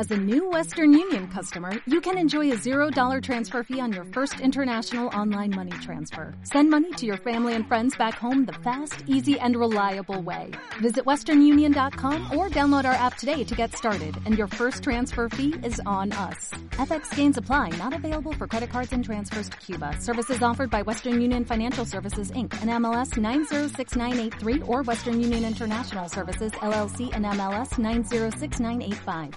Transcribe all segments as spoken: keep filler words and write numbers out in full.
As a new Western Union customer, you can enjoy a zero dollar transfer fee on your first international online money transfer. Send money to your family and friends back home the fast, easy, and reliable way. Visit western union dot com or download our app today to get started, and your first transfer fee is on us. F X gains apply, not available for credit cards and transfers to Cuba. Services offered by Western Union Financial Services, Incorporated, and M L S nine zero six nine eight three or Western Union International Services, L L C, and M L S nine zero six nine eight five.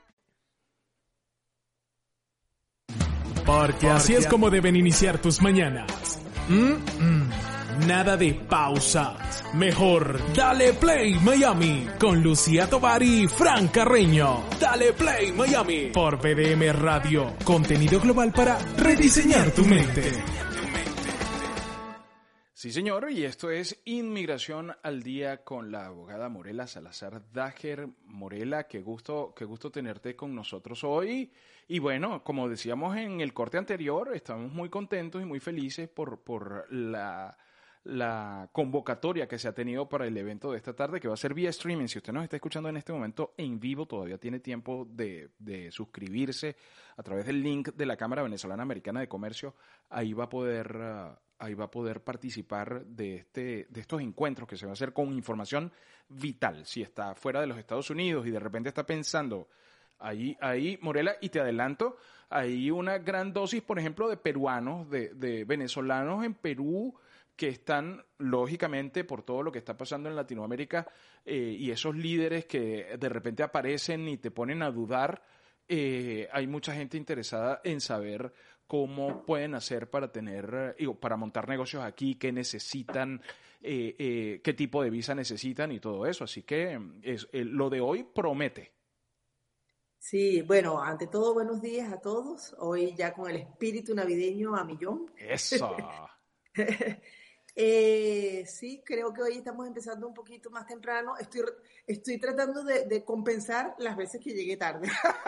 Porque así es como deben iniciar tus mañanas. Mm-mm. Nada de pausas. Mejor, dale play Miami con Lucía Tovar y Fran Carreño. Dale play Miami por B D M Radio. Contenido global para rediseñar tu mente. Sí, señor, y esto es Inmigración al Día con la abogada Morela Salazar Dager. Morela, qué gusto, qué gusto tenerte con nosotros hoy. Y bueno, como decíamos en el corte anterior, estamos muy contentos y muy felices por, por la, la convocatoria que se ha tenido para el evento de esta tarde, que va a ser vía streaming. Si usted nos está escuchando en este momento en vivo, todavía tiene tiempo de, de suscribirse a través del link de la Cámara Venezolana Americana de Comercio. Ahí va a poder... Uh, ahí va a poder participar de este de estos encuentros que se va a hacer con información vital. Si está fuera de los Estados Unidos y de repente está pensando, ahí, ahí Morela, y te adelanto, hay una gran dosis, por ejemplo, de peruanos, de, de venezolanos en Perú que están, lógicamente, por todo lo que está pasando en Latinoamérica, eh, y esos líderes que de repente aparecen y te ponen a dudar, eh, hay mucha gente interesada en saber cómo pueden hacer para tener, digo, para montar negocios aquí, qué necesitan, eh, eh, qué tipo de visa necesitan y todo eso. Así que es, eh, lo de hoy promete. Sí, bueno, ante todo, buenos días a todos. Hoy ya con el espíritu navideño a millón. ¡Eso! eh, sí, creo que hoy estamos empezando un poquito más temprano. Estoy, estoy tratando de, de compensar las veces que llegué tarde.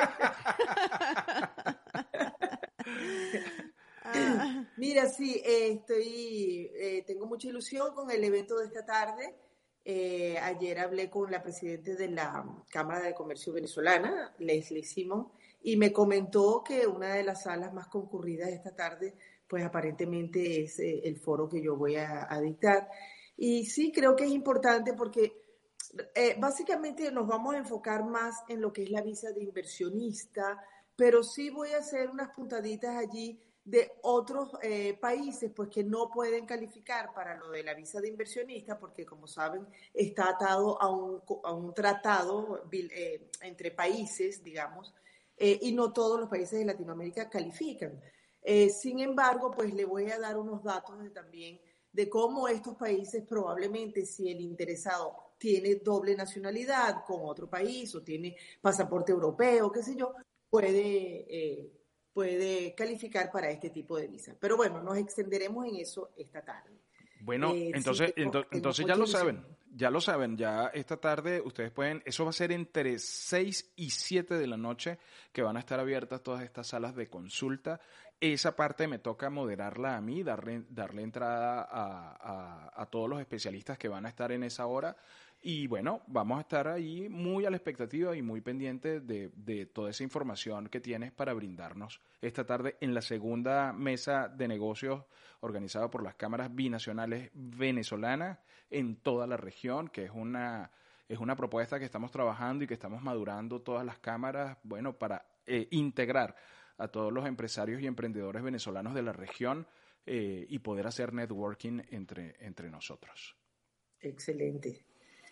Mira, sí, eh, estoy, eh, tengo mucha ilusión con el evento de esta tarde. Eh, ayer hablé con la presidenta de la Cámara de Comercio Venezolana, Leslie Simon, y me comentó que una de las salas más concurridas esta tarde, pues aparentemente es eh, el foro que yo voy a, a dictar. Y sí, creo que es importante porque eh, básicamente nos vamos a enfocar más en lo que es la visa de inversionista, pero sí voy a hacer unas puntaditas allí de otros eh, países pues que no pueden calificar para lo de la visa de inversionista porque, como saben, está atado a un, a un tratado eh, entre países, digamos, eh, y no todos los países de Latinoamérica califican. Eh, sin embargo, pues le voy a dar unos datos de, también de cómo estos países probablemente, si el interesado tiene doble nacionalidad con otro país o tiene pasaporte europeo, qué sé yo, puede... Eh, puede calificar para este tipo de visa. Pero bueno, nos extenderemos en eso esta tarde. Bueno, eh, entonces, sí, tengo, ento, tengo entonces ya lo saben, ya lo saben, ya esta tarde ustedes pueden, eso va a ser entre seis y siete de la noche que van a estar abiertas todas estas salas de consulta. Esa parte me toca moderarla a mí, darle, darle entrada a, a, a todos los especialistas que van a estar en esa hora. Y bueno, vamos a estar ahí muy a la expectativa y muy pendientes de, de toda esa información que tienes para brindarnos esta tarde en la segunda mesa de negocios organizada por las cámaras binacionales venezolanas en toda la región, que es una, es una propuesta que estamos trabajando y que estamos madurando todas las cámaras, bueno, para eh, integrar a todos los empresarios y emprendedores venezolanos de la región eh, y poder hacer networking entre, entre nosotros. Excelente.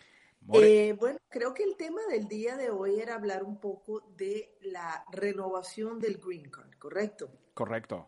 Eh, bueno, creo que el tema del día de hoy era hablar un poco de la renovación del Green Card, ¿correcto? Correcto.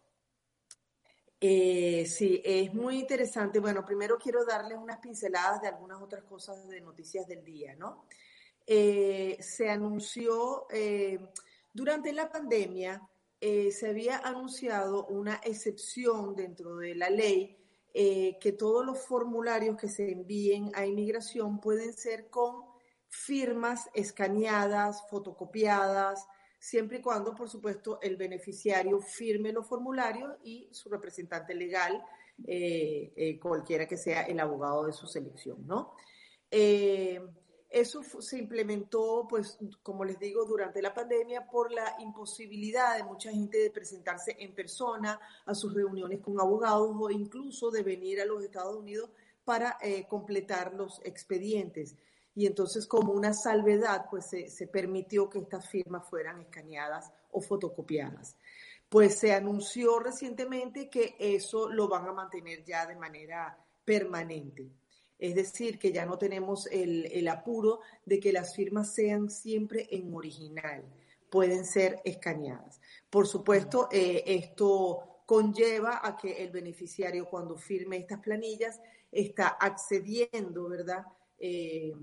Eh, sí, es muy interesante. Bueno, primero quiero darles unas pinceladas de algunas otras cosas de noticias del día, ¿no? Eh, se anunció, eh, durante la pandemia, eh, se había anunciado una excepción dentro de la ley Eh, que todos los formularios que se envíen a inmigración pueden ser con firmas escaneadas, fotocopiadas, siempre y cuando, por supuesto, el beneficiario firme los formularios y su representante legal, eh, eh, cualquiera que sea el abogado de su selección, ¿no? Eh, Eso se implementó, pues, como les digo, durante la pandemia por la imposibilidad de mucha gente de presentarse en persona a sus reuniones con abogados o incluso de venir a los Estados Unidos para eh, completar los expedientes. Y entonces, como una salvedad, pues se, se permitió que estas firmas fueran escaneadas o fotocopiadas. Pues se anunció recientemente que eso lo van a mantener ya de manera permanente. Es decir, que ya no tenemos el, el apuro de que las firmas sean siempre en original, pueden ser escaneadas. Por supuesto, eh, esto conlleva a que el beneficiario cuando firme estas planillas está accediendo, ¿verdad?, eh,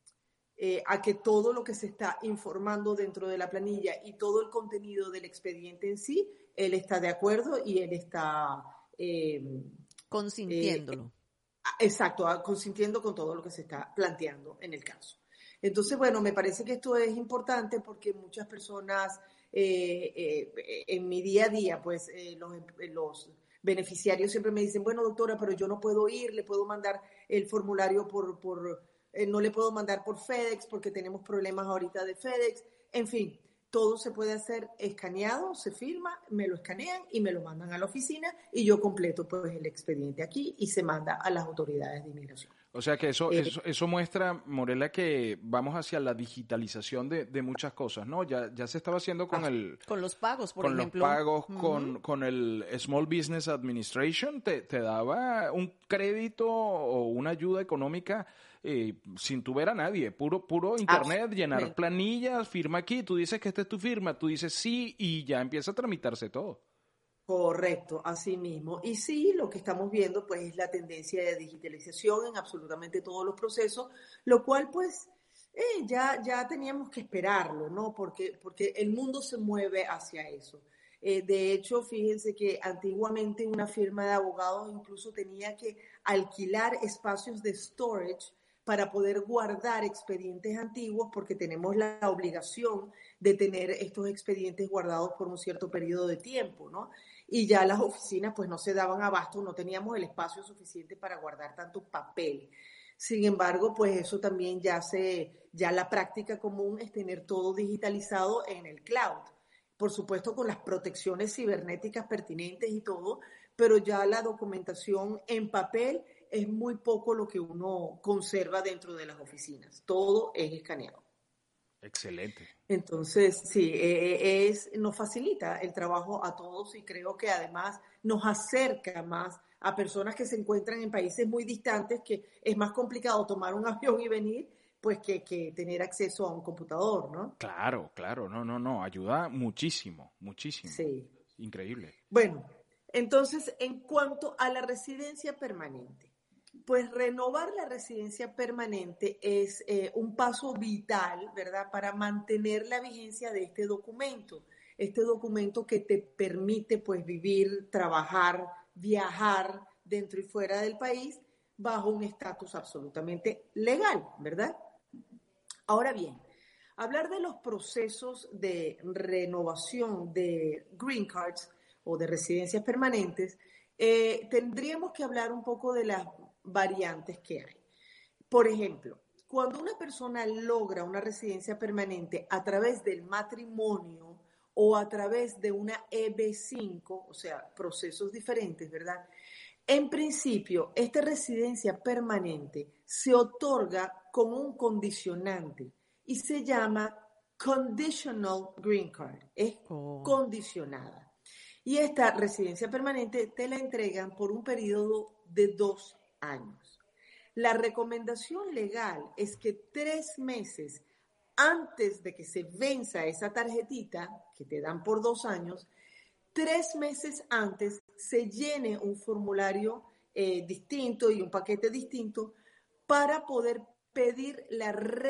eh, a que todo lo que se está informando dentro de la planilla y todo el contenido del expediente en sí, él está de acuerdo y él está... Eh, consintiéndolo. Eh, Exacto, consintiendo con todo lo que se está planteando en el caso. Entonces, bueno, me parece que esto es importante porque muchas personas eh, eh, en mi día a día, pues eh, los, los beneficiarios siempre me dicen, bueno, doctora, pero yo no puedo ir, le puedo mandar el formulario por, por eh, no le puedo mandar por FedEx porque tenemos problemas ahorita de FedEx. En fin, todo se puede hacer escaneado, se firma, me lo escanean y me lo mandan a la oficina y yo completo pues el expediente aquí y se manda a las autoridades de inmigración. O sea que eso, Eh, eso, eso muestra, Morela, que vamos hacia la digitalización de, de muchas cosas, ¿no? Ya, ya se estaba haciendo con el... Con los pagos, por con ejemplo. los pagos, Uh-huh. con, con el Small Business Administration, te, te daba un crédito o una ayuda económica eh, sin tu ver a nadie, puro, puro internet, llenar planillas, firma aquí, tú dices que esta es tu firma, tú dices sí y ya empieza a tramitarse todo. Correcto, así mismo. Y sí, lo que estamos viendo pues es la tendencia de digitalización en absolutamente todos los procesos, lo cual pues eh, ya, ya teníamos que esperarlo, ¿no? Porque, porque el mundo se mueve hacia eso. Eh, de hecho, fíjense que antiguamente una firma de abogados incluso tenía que alquilar espacios de storage para poder guardar expedientes antiguos porque tenemos la obligación de tener estos expedientes guardados por un cierto periodo de tiempo, ¿no? Y ya las oficinas pues no se daban abasto, no teníamos el espacio suficiente para guardar tanto papel. Sin embargo, pues eso también ya se, ya la práctica común es tener todo digitalizado en el cloud. Por supuesto con las protecciones cibernéticas pertinentes y todo, pero ya la documentación en papel es muy poco lo que uno conserva dentro de las oficinas. Todo es escaneado. Excelente. Entonces, sí, eh, es, nos facilita el trabajo a todos y creo que además nos acerca más a personas que se encuentran en países muy distantes, que es más complicado tomar un avión y venir, pues que, que tener acceso a un computador, ¿no? Claro, claro, no, no, no, ayuda muchísimo, muchísimo. Sí. Increíble. Bueno, entonces, en cuanto a la residencia permanente, pues renovar la residencia permanente es eh, un paso vital, ¿verdad?, para mantener la vigencia de este documento. Este documento que te permite, pues, vivir, trabajar, viajar dentro y fuera del país bajo un estatus absolutamente legal, ¿verdad? Ahora bien, hablar de los procesos de renovación de green cards o de residencias permanentes, eh, tendríamos que hablar un poco de las variantes que hay. Por ejemplo, cuando una persona logra una residencia permanente a través del matrimonio o a través de una E B cinco, o sea, procesos diferentes, ¿verdad? En principio, esta residencia permanente se otorga con un condicionante y se llama Conditional Green Card, es oh. condicionada. Y esta residencia permanente te la entregan por un periodo de dos años. La recomendación legal es que tres meses antes de que se venza esa tarjetita que te dan por dos años, tres meses antes se llene un formulario eh, distinto y un paquete distinto para poder pedir la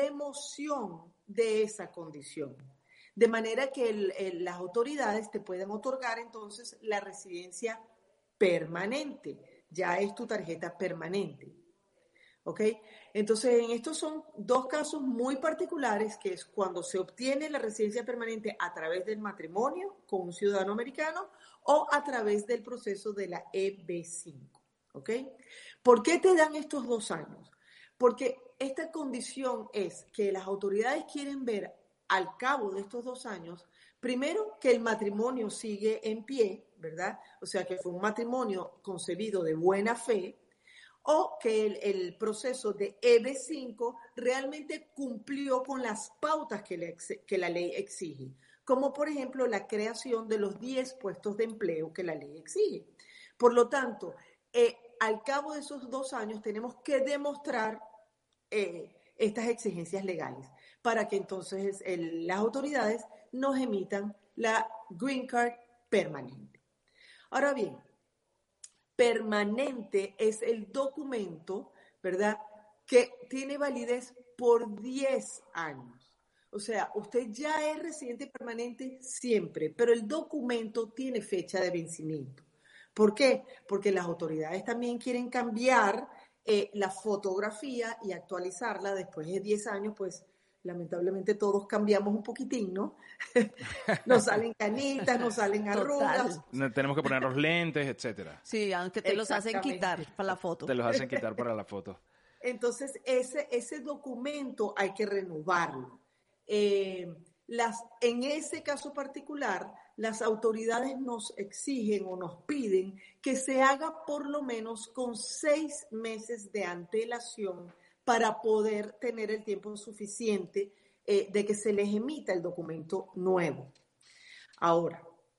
remoción de esa condición. De manera que el, el, las autoridades te puedan otorgar entonces la residencia permanente. Ya es tu tarjeta permanente. ¿Ok? Entonces, en estos son dos casos muy particulares, que es cuando se obtiene la residencia permanente a través del matrimonio con un ciudadano americano o a través del proceso de la E B cinco. ¿Ok? ¿Por qué te dan estos dos años? Porque esta condición es que las autoridades quieren ver al cabo de estos dos años, primero, que el matrimonio sigue en pie, ¿verdad? O sea, que fue un matrimonio concebido de buena fe, o que el, el proceso de E B cinco realmente cumplió con las pautas que, le, que la ley exige, como por ejemplo la creación de los diez puestos de empleo que la ley exige. Por lo tanto, eh, al cabo de esos dos años tenemos que demostrar eh, estas exigencias legales para que entonces el, las autoridades nos emitan la Green Card permanente. Ahora bien, permanente es el documento, ¿verdad?, que tiene validez por diez años. O sea, usted ya es residente permanente siempre, pero el documento tiene fecha de vencimiento. ¿Por qué? Porque las autoridades también quieren cambiar eh, la fotografía y actualizarla después de diez años, pues lamentablemente todos cambiamos un poquitín, ¿no? Nos salen canitas, nos salen arrugas. Total. Tenemos que poner los lentes, etcétera. Sí, aunque te los hacen quitar para la foto. Te los hacen quitar para la foto. Entonces, ese, ese documento hay que renovarlo. Eh, las, en ese caso particular, las autoridades nos exigen o nos piden que se haga por lo menos con seis meses de antelación para poder tener el tiempo suficiente eh, de que se les emita el documento nuevo. Ahora,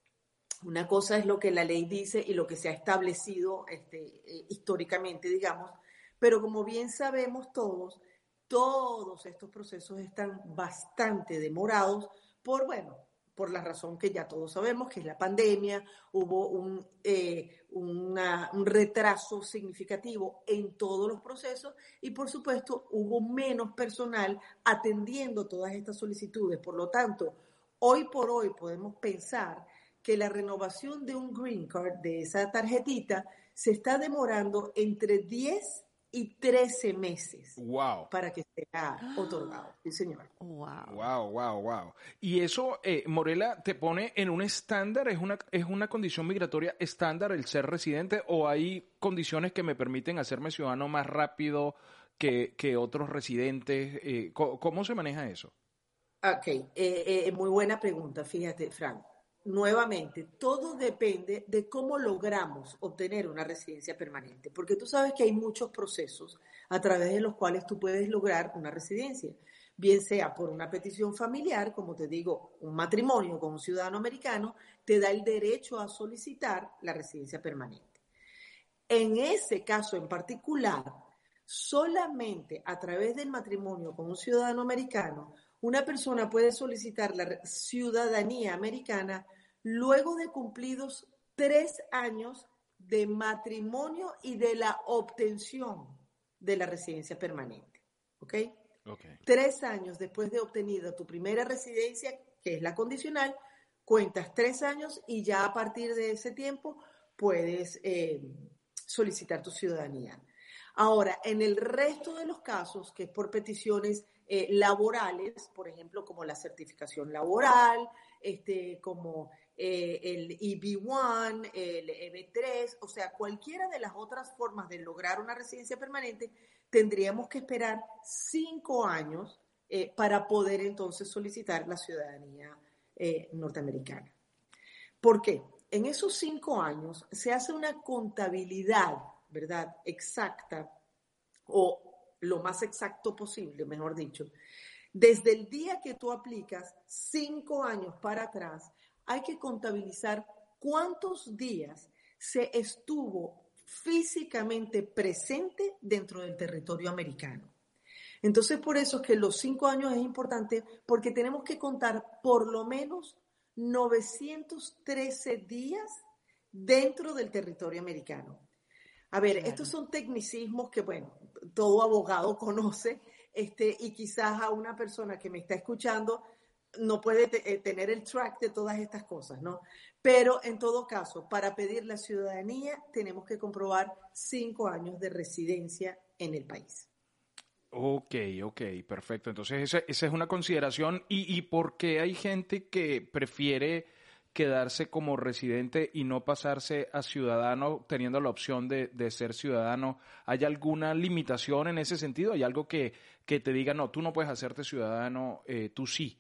una cosa es lo que la ley dice y lo que se ha establecido este, eh, históricamente, digamos, pero como bien sabemos todos, todos estos procesos están bastante demorados por, bueno, por la razón que ya todos sabemos, que es la pandemia. Hubo un, eh, una, un retraso significativo en todos los procesos y, por supuesto, hubo menos personal atendiendo todas estas solicitudes. Por lo tanto, hoy por hoy podemos pensar que la renovación de un Green Card, de esa tarjetita, se está demorando entre diez y trece meses. Wow. Para que sea otorgado. Sí, señor. Wow. Wow, wow, wow. Y eso, eh, Morela, te pone en un estándar, ¿es una, es una condición migratoria estándar el ser residente o hay condiciones que me permiten hacerme ciudadano más rápido que, que otros residentes? Eh, ¿cómo, ¿Cómo se maneja eso? Ok, eh, eh, muy buena pregunta, fíjate, Frank. Nuevamente, todo depende de cómo logramos obtener una residencia permanente, porque tú sabes que hay muchos procesos a través de los cuales tú puedes lograr una residencia, bien sea por una petición familiar, como te digo, un matrimonio con un ciudadano americano, te da el derecho a solicitar la residencia permanente. En ese caso en particular, solamente a través del matrimonio con un ciudadano americano, una persona puede solicitar la ciudadanía americana luego de cumplidos tres años de matrimonio y de la obtención de la residencia permanente. ¿Ok? Okay. Tres años después de obtenida tu primera residencia, que es la condicional, cuentas tres años y ya a partir de ese tiempo puedes eh, solicitar tu ciudadanía. Ahora, en el resto de los casos, que es por peticiones eh, laborales, por ejemplo, como la certificación laboral, este, como eh, el E B uno, el E B tres, o sea, cualquiera de las otras formas de lograr una residencia permanente, tendríamos que esperar cinco años eh, para poder entonces solicitar la ciudadanía eh, norteamericana. ¿Por qué? En esos cinco años se hace una contabilidad, ¿verdad?, exacta, o lo más exacto posible, mejor dicho. Desde el día que tú aplicas, cinco años para atrás, hay que contabilizar cuántos días se estuvo físicamente presente dentro del territorio americano. Entonces, por eso es que los cinco años es importante, porque tenemos que contar por lo menos novecientos trece días dentro del territorio americano. A ver, claro. Estos son tecnicismos que, bueno, todo abogado conoce, este, y quizás a una persona que me está escuchando no puede te, tener el track de todas estas cosas, ¿no? Pero en todo caso, para pedir la ciudadanía tenemos que comprobar cinco años de residencia en el país. Ok, ok, perfecto. Entonces esa, esa es una consideración. ¿Y, y por qué hay gente que prefiere quedarse como residente y no pasarse a ciudadano teniendo la opción de, de ser ciudadano? ¿Hay alguna limitación en ese sentido? ¿Hay algo que, que te diga, no, tú no puedes hacerte ciudadano, eh, tú sí?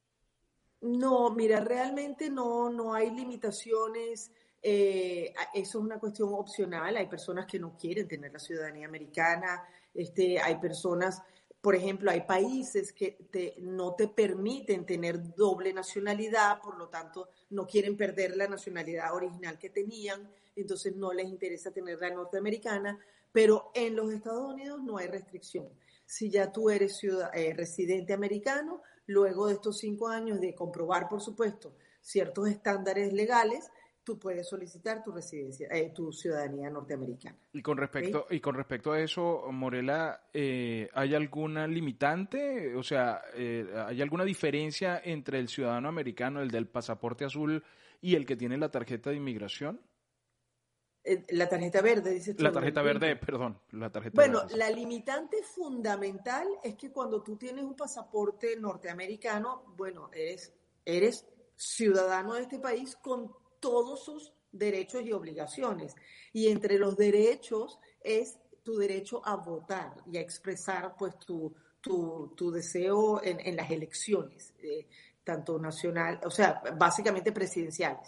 No, mira, realmente no, no hay limitaciones. Eh, eso es una cuestión opcional. Hay personas que no quieren tener la ciudadanía americana. Este, hay personas, por ejemplo, hay países que te, no te permiten tener doble nacionalidad, por lo tanto, no quieren perder la nacionalidad original que tenían, entonces no les interesa tener la norteamericana, pero en los Estados Unidos no hay restricción. Si ya tú eres ciudad, eh, residente americano, luego de estos cinco años de comprobar, por supuesto, ciertos estándares legales, tú puedes solicitar tu residencia, eh, tu ciudadanía norteamericana. Y con respecto, ¿okay? y con respecto a eso, Morela, eh, ¿hay alguna limitante? O sea, eh, ¿hay alguna diferencia entre el ciudadano americano, el del pasaporte azul, y el que tiene la tarjeta de inmigración? La tarjeta verde, dices tú. La tarjeta verde, perdón, la tarjeta bueno, verde. La limitante fundamental es que cuando tú tienes un pasaporte norteamericano, bueno, eres, eres ciudadano de este país con todos sus derechos y obligaciones. Y entre los derechos es tu derecho a votar y a expresar pues tu, tu, tu deseo en, en las elecciones, eh, tanto nacional, o sea, básicamente presidenciales.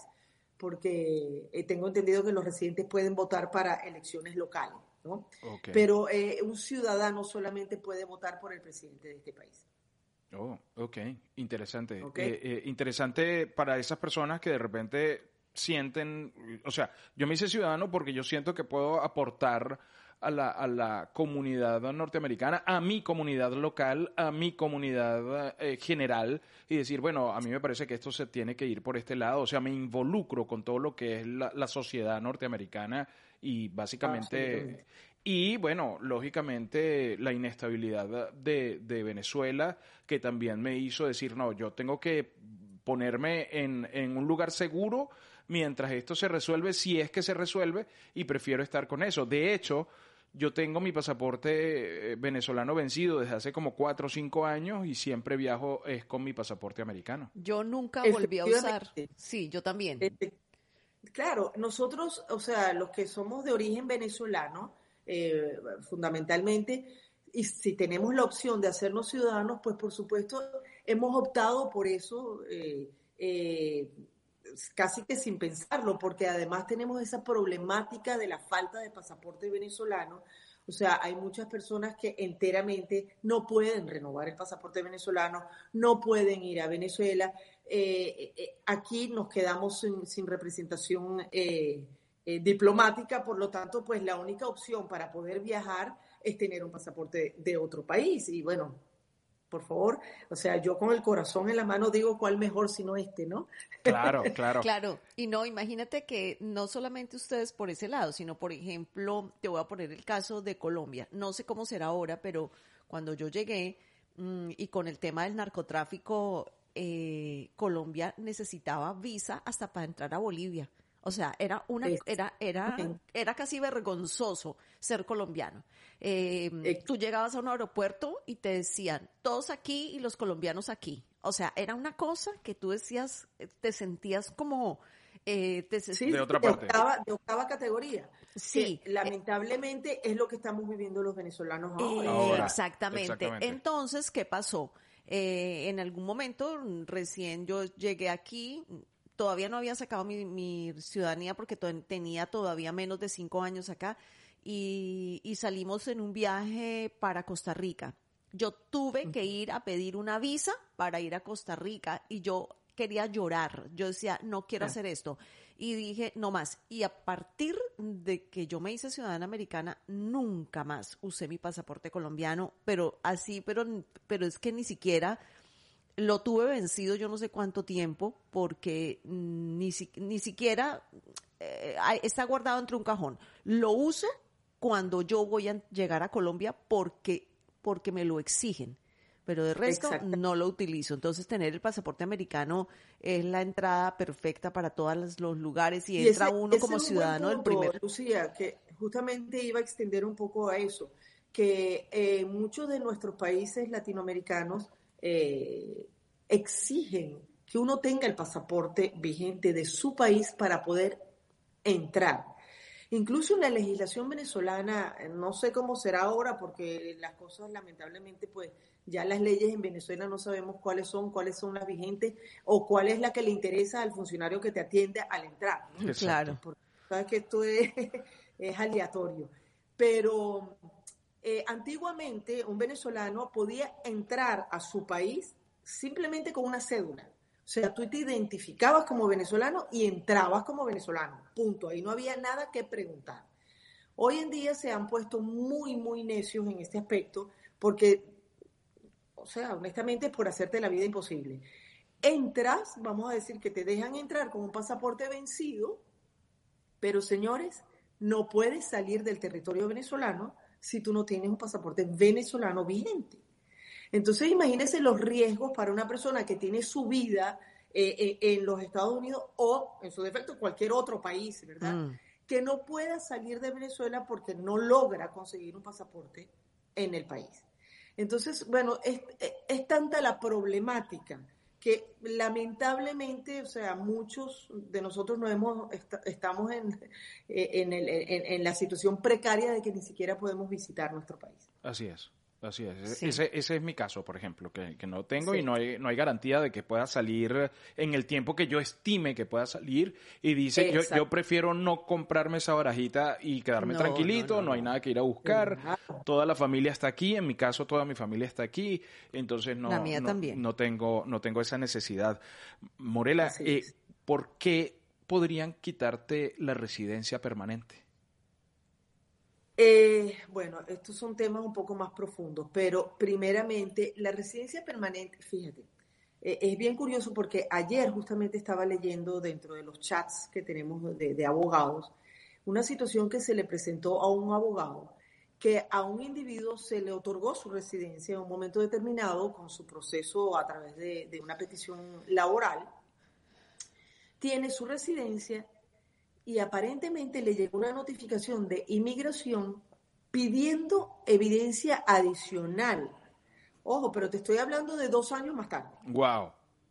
Porque eh, tengo entendido que los residentes pueden votar para elecciones locales, ¿no? Okay. Pero eh, un ciudadano solamente puede votar por el presidente de este país. Oh, ok, interesante. Okay. Eh, eh, interesante para esas personas que de repente sienten, o sea, yo me hice ciudadano porque yo siento que puedo aportar a la, a la comunidad norteamericana, a mi comunidad local, a mi comunidad eh, general, y decir, bueno, a mí me parece que esto se tiene que ir por este lado, o sea, me involucro con todo lo que es la, la sociedad norteamericana y básicamente, y bueno, lógicamente la inestabilidad de, de Venezuela, que también me hizo decir, no, yo tengo que ponerme en, en un lugar seguro mientras esto se resuelve, si es que se resuelve, y prefiero estar con eso. De hecho, yo tengo mi pasaporte venezolano vencido desde hace como cuatro o cinco años y siempre viajo es con mi pasaporte americano. Yo nunca volví a usar. Sí, yo también. Este, claro, nosotros, o sea, los que somos de origen venezolano, eh, fundamentalmente, y si tenemos la opción de hacernos ciudadanos, pues por supuesto hemos optado por eso, eh, eh, casi que sin pensarlo, porque además tenemos esa problemática de la falta de pasaporte venezolano. O sea, hay muchas personas que enteramente no pueden renovar el pasaporte venezolano, no pueden ir a Venezuela. Eh, eh, aquí nos quedamos sin, sin representación eh, eh, diplomática, por lo tanto, pues la única opción para poder viajar es tener un pasaporte de, de otro país. Y bueno, por favor, o sea, yo con el corazón en la mano digo cuál mejor sino este, ¿no? Claro, claro. Claro, y no, imagínate que no solamente ustedes por ese lado, sino por ejemplo, te voy a poner el caso de Colombia. No sé cómo será ahora, pero cuando yo llegué mmm, y con el tema del narcotráfico, eh, Colombia necesitaba visa hasta para entrar a Bolivia. O sea, era una, era, era, era casi vergonzoso ser colombiano. Eh, tú llegabas a un aeropuerto y te decían, todos aquí y los colombianos aquí. O sea, era una cosa que tú decías, te sentías como... Eh, te, sí, de otra de parte. Octava, de octava categoría. Sí. Que, lamentablemente eh, es lo que estamos viviendo los venezolanos ahora. ahora exactamente. exactamente. Entonces, ¿qué pasó? Eh, en algún momento, recién yo llegué aquí... Todavía no había sacado mi, mi ciudadanía porque to- tenía todavía menos de cinco años acá y, y salimos en un viaje para Costa Rica. Yo tuve que ir a pedir una visa para ir a Costa Rica y yo quería llorar. Yo decía, no quiero hacer esto. Y dije, no más. Y a partir de que yo me hice ciudadana americana, nunca más usé mi pasaporte colombiano, pero así, pero, pero es que ni siquiera... Lo tuve vencido yo no sé cuánto tiempo porque ni, ni siquiera eh, está guardado entre un cajón. Lo uso cuando yo voy a llegar a Colombia porque, porque me lo exigen. Pero de resto no lo utilizo. Entonces tener el pasaporte americano es la entrada perfecta para todos los lugares y, y entra ese, uno ese como ciudadano del primer. Lucía, que justamente iba a extender un poco a eso, que eh, muchos de nuestros países latinoamericanos Eh, exigen que uno tenga el pasaporte vigente de su país para poder entrar. Incluso en la legislación venezolana, no sé cómo será ahora, porque las cosas lamentablemente, pues ya las leyes en Venezuela no sabemos cuáles son, cuáles son las vigentes o cuál es la que le interesa al funcionario que te atiende al entrar, ¿no? Claro. Porque sabes que esto es, es aleatorio. Pero eh, antiguamente un venezolano podía entrar a su país simplemente con una cédula. O sea, tú te identificabas como venezolano y entrabas como venezolano, punto. Ahí no había nada que preguntar. Hoy en día se han puesto muy, muy necios en este aspecto porque, o sea, honestamente es por hacerte la vida imposible. Entras, vamos a decir que te dejan entrar con un pasaporte vencido, pero señores, no puedes salir del territorio venezolano si tú no tienes un pasaporte venezolano vigente. Entonces, imagínense los riesgos para una persona que tiene su vida eh, eh, en los Estados Unidos o, en su defecto, cualquier otro país, ¿verdad? Mm. Que no pueda salir de Venezuela porque no logra conseguir un pasaporte en el país. Entonces, bueno, es, es, es tanta la problemática que lamentablemente, o sea, muchos de nosotros no hemos est- estamos en, en, el, en, en la situación precaria de que ni siquiera podemos visitar nuestro país. Así es. Así es, Sí. ese, ese es mi caso, por ejemplo, que, que no tengo Sí. y no hay, no hay garantía de que pueda salir en el tiempo que yo estime que pueda salir y dice, yo, yo prefiero no comprarme esa barajita y quedarme No, tranquilito, no, no, no, no hay no. nada que ir a buscar, Claro. toda la familia está aquí, en mi caso toda mi familia está aquí, entonces no, La mía no, también. no, tengo, no tengo esa necesidad. Morela, Así eh, es. ¿por qué podrían quitarte la residencia permanente? Eh, bueno, estos son temas un poco más profundos, pero primeramente la residencia permanente, fíjate, eh, es bien curioso porque ayer justamente estaba leyendo dentro de los chats que tenemos de, de abogados una situación que se le presentó a un abogado que a un individuo se le otorgó su residencia en un momento determinado con su proceso a través de, de una petición laboral, tiene su residencia y aparentemente le llegó una notificación de inmigración pidiendo evidencia adicional. Ojo, pero te estoy hablando de dos años más tarde. Wow.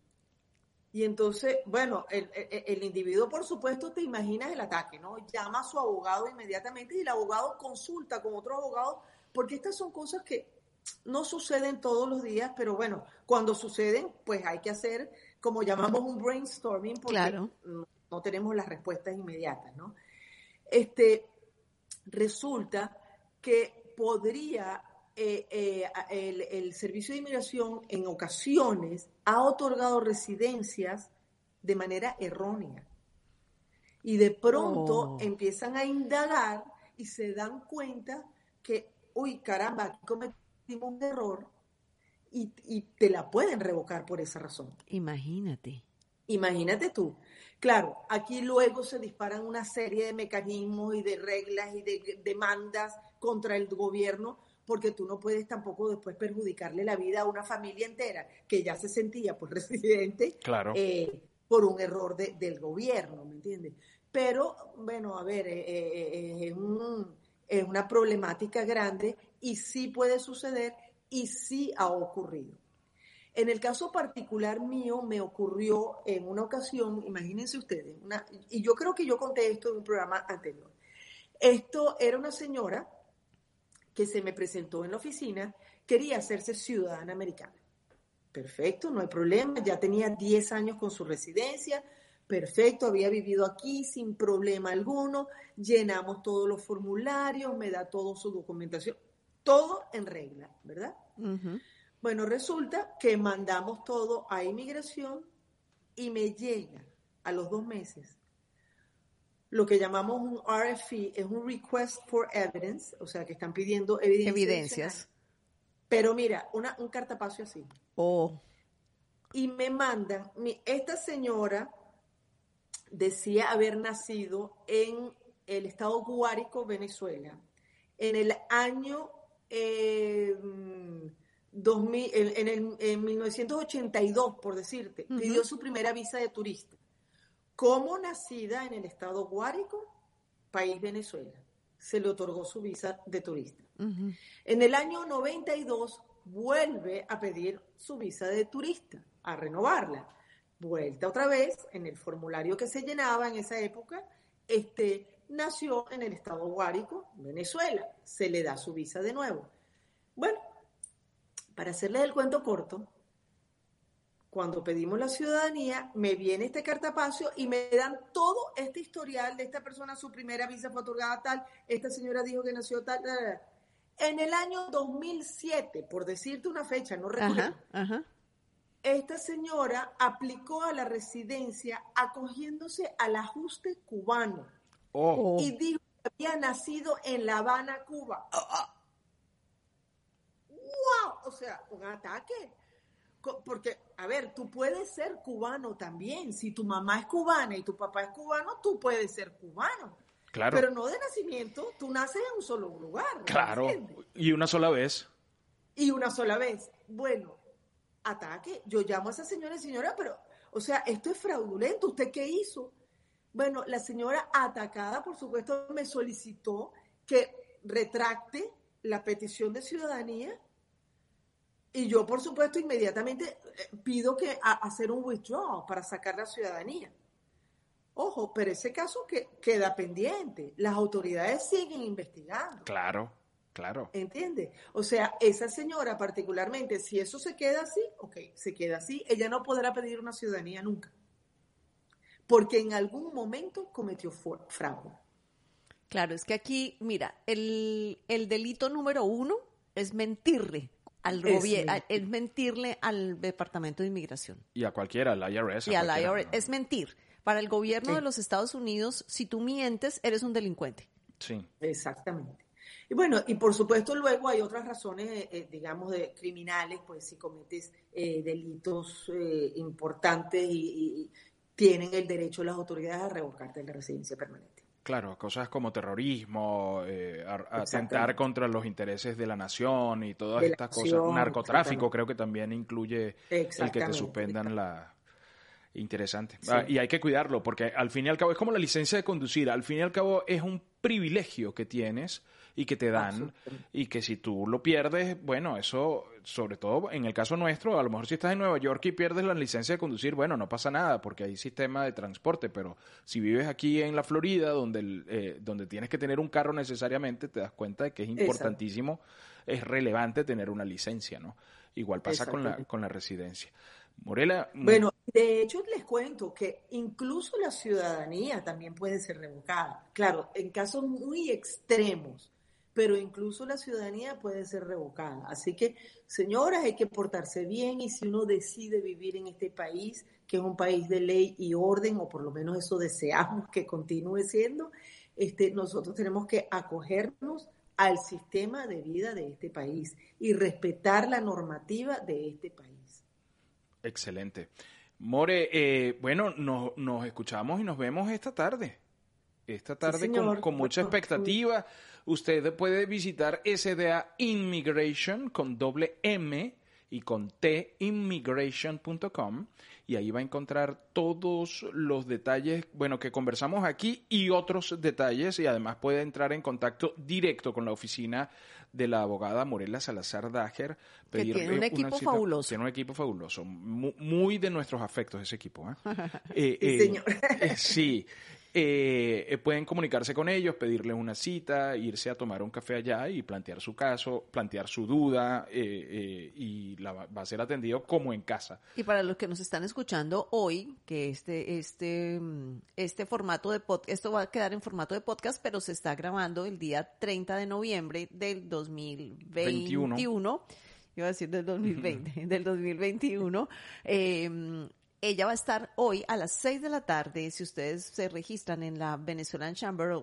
Y entonces, bueno, el, el, el individuo, por supuesto, te imaginas el ataque, ¿no? Llama a su abogado inmediatamente y el abogado consulta con otro abogado, porque estas son cosas que no suceden todos los días, pero bueno, cuando suceden, pues hay que hacer, como llamamos un brainstorming, porque Claro. no, no tenemos las respuestas inmediatas, ¿no? Este, resulta que podría... Eh, eh, el, el Servicio de Inmigración en ocasiones ha otorgado residencias de manera errónea y de pronto Oh. empiezan a indagar y se dan cuenta que, uy, caramba, aquí cometimos un error y, y te la pueden revocar por esa razón. Imagínate. Imagínate tú. Claro, aquí luego se disparan una serie de mecanismos y de reglas y de demandas contra el gobierno, porque tú no puedes tampoco después perjudicarle la vida a una familia entera que ya se sentía pues residente, Claro. eh, por un error de, del gobierno, ¿me entiendes? Pero, bueno, a ver, eh, eh, es, un, es una problemática grande y sí puede suceder y sí ha ocurrido. En el caso particular mío me ocurrió en una ocasión, imagínense ustedes, una, y yo creo que yo conté esto en un programa anterior. Esto era una señora que se me presentó en la oficina, quería hacerse ciudadana americana. Perfecto, no hay problema, ya tenía diez años con su residencia, perfecto, había vivido aquí sin problema alguno, llenamos todos los formularios, me da toda su documentación, todo en regla, ¿verdad? Uh-huh. Bueno, resulta que mandamos todo a inmigración y me llega a los dos meses lo que llamamos un R F E, es un Request for Evidence, o sea, que están pidiendo evidencia Evidencias. Pero mira, una, un cartapacio así. Oh. Y me mandan, mi, esta señora decía haber nacido en el estado Guárico, Venezuela, en el año eh, dos mil, en, en, el, en mil novecientos ochenta y dos, por decirte, uh-huh. Pidió su primera visa de turista. Como nacida en el estado Guárico, país Venezuela, se le otorgó su visa de turista. Uh-huh. En el año noventa y dos vuelve a pedir su visa de turista, a renovarla. Vuelta otra vez en el formulario que se llenaba en esa época, este, nació en el estado Guárico, Venezuela. Se le da su visa de nuevo. Bueno, para hacerles el cuento corto, cuando pedimos la ciudadanía, me viene este cartapacio y me dan todo este historial de esta persona, su primera visa fue otorgada tal, esta señora dijo que nació tal, tal, tal. En el año dos mil siete, por decirte una fecha, no recuerdo, Ajá, ajá. esta señora aplicó a la residencia acogiéndose al ajuste cubano Oh, Oh. y dijo que había nacido en La Habana, Cuba. ¡Wow! O sea, un ataque. Co- Porque, a ver, tú puedes ser cubano también. Si tu mamá es cubana y tu papá es cubano, tú puedes ser cubano. claro, Pero no de nacimiento, tú naces en un solo lugar. ¿me claro. entiendes? Y una sola vez. Y una sola vez. Bueno, ataque. Yo llamo a esa señora y señora, pero, o sea, esto es fraudulento. ¿Usted qué hizo? Bueno, la señora atacada, por supuesto, me solicitó que retracte la petición de ciudadanía. Y yo, por supuesto, inmediatamente eh, pido que a, hacer un withdrawal para sacar la ciudadanía. Ojo, pero ese caso que, queda pendiente. Las autoridades siguen investigando. Claro, claro. ¿Entiendes? O sea, esa señora particularmente, si eso se queda así, ok, se queda así, ella no podrá pedir una ciudadanía nunca. Porque en algún momento cometió fu- fraude. Claro, es que aquí, mira, el, el delito número uno es mentirle al Es gobierno, mentir. es mentirle al Departamento de Inmigración Y a cualquiera, al I R S. y a al cualquiera, I R S. ¿no? Es mentir. Para el gobierno Sí. de los Estados Unidos, si tú mientes, eres un delincuente. Sí, Exactamente. Y bueno, y por supuesto luego hay otras razones, eh, eh, digamos, de criminales, pues si cometes eh, delitos eh, importantes y, y- y tienen el derecho las autoridades a revocarte la residencia permanente. claro. Cosas como terrorismo, eh, a- atentar Exactamente. contra los intereses de la nación y todas De la estas cosas. nación, Narcotráfico exactamente. creo que también incluye el que te Exactamente. suspendan la... Interesante. Sí. Ah, y hay que cuidarlo porque al fin y al cabo es como la licencia de conducir. Al fin y al cabo es un privilegio que tienes y que te dan Absolutamente. y que si tú lo pierdes, bueno, eso, sobre todo en el caso nuestro, a lo mejor si estás en Nueva York y pierdes la licencia de conducir, bueno, no pasa nada porque hay sistema de transporte, pero si vives aquí en la Florida, donde, el, eh, donde tienes que tener un carro necesariamente, te das cuenta de que es importantísimo, es relevante tener una licencia, ¿no? Igual pasa con la, Exactamente. con la residencia. Morela, mm, Bueno, de hecho les cuento que incluso la ciudadanía también puede ser revocada. Claro, en casos muy extremos, pero incluso la ciudadanía puede ser revocada. Así que, señoras, hay que portarse bien y si uno decide vivir en este país, que es un país de ley y orden, o por lo menos eso deseamos que continúe siendo, este, nosotros tenemos que acogernos al sistema de vida de este país y respetar la normativa de este país. excelente. More, eh, bueno, nos, nos escuchamos y nos vemos esta tarde. Esta tarde con, señor. con mucha Bueno, expectativa. Usted puede visitar S D A Immigration con doble M y con T, immigration punto com, y ahí va a encontrar todos los detalles, bueno, que conversamos aquí y otros detalles, y además puede entrar en contacto directo con la oficina de la abogada Morela Salazar Dager. Que pedir, tiene un eh, equipo una cita- fabuloso. Tiene un equipo fabuloso, mu- muy, de nuestros afectos ese equipo. ¿eh? Eh, Sí, eh, señor. eh, sí. Eh, eh, pueden comunicarse con ellos, pedirles una cita, irse a tomar un café allá y plantear su caso, plantear su duda eh, eh, y la va, va a ser atendido como en casa. Y para los que nos están escuchando hoy, que este, este, mm, este formato de podcast, esto va a quedar en formato de podcast, pero se está grabando el día treinta de noviembre del dos mil veintiuno. veintiuno. Iba a decir del dos mil veinte, del dos mil veintiuno. Eh, ella va a estar hoy a las seis de la tarde. Si ustedes se registran en la Venezuelan Chamber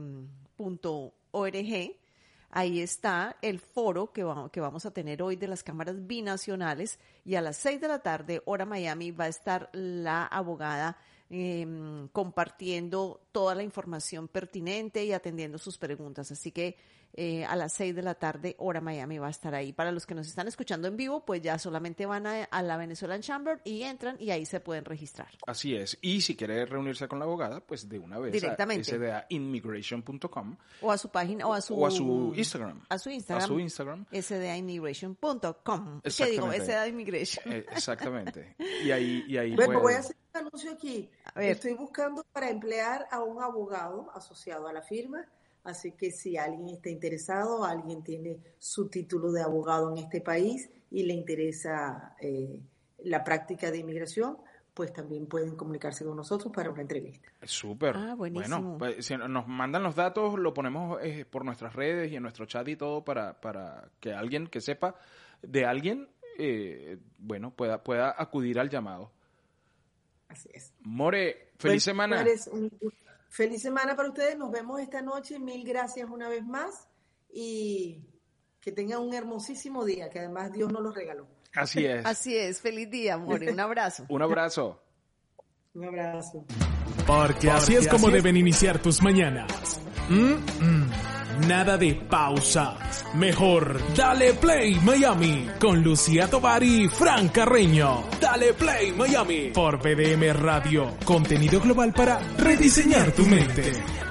punto org, ahí está el foro que, va, que vamos a tener hoy de las cámaras binacionales. Y a las seis de la tarde, hora Miami, va a estar la abogada eh, compartiendo toda la información pertinente y atendiendo sus preguntas. Así que eh, a las seis de la tarde, hora Miami, va a estar ahí. Para los que nos están escuchando en vivo, pues ya solamente van a, a la Venezuelan Chamber y entran y ahí se pueden registrar. Así es. Y si quiere reunirse con la abogada, pues de una vez directamente a s d a immigration punto com o a su página o a su, o a su Instagram. A su Instagram. A su Instagram. s d a immigration punto com. ¿Qué digo? S D A Immigration. Eh, exactamente. Y ahí, y ahí bueno, puede... voy a hacer un anuncio aquí. Estoy buscando para emplear a un abogado asociado a la firma. Así que si alguien está interesado, alguien tiene su título de abogado en este país y le interesa eh, la práctica de inmigración, pues también pueden comunicarse con nosotros para una entrevista. Súper. Ah, buenísimo. Bueno, pues, si nos mandan los datos, lo ponemos eh, por nuestras redes y en nuestro chat y todo para, para que alguien que sepa de alguien, eh, bueno, pueda, pueda acudir al llamado. Así es. More, feliz Bueno, semana. Un, feliz semana para ustedes. Nos vemos esta noche. Mil gracias una vez más y que tengan un hermosísimo día, que además Dios nos lo regaló. Así es. Así es. Feliz día, More. Un abrazo. Un abrazo. Un abrazo. Porque así es como deben iniciar tus mañanas. Mm-mm. Nada de pausas. Mejor, dale play Miami con Lucía Tovar y Fran Carreño. Dale play Miami por B D M Radio. Contenido global para rediseñar tu mente.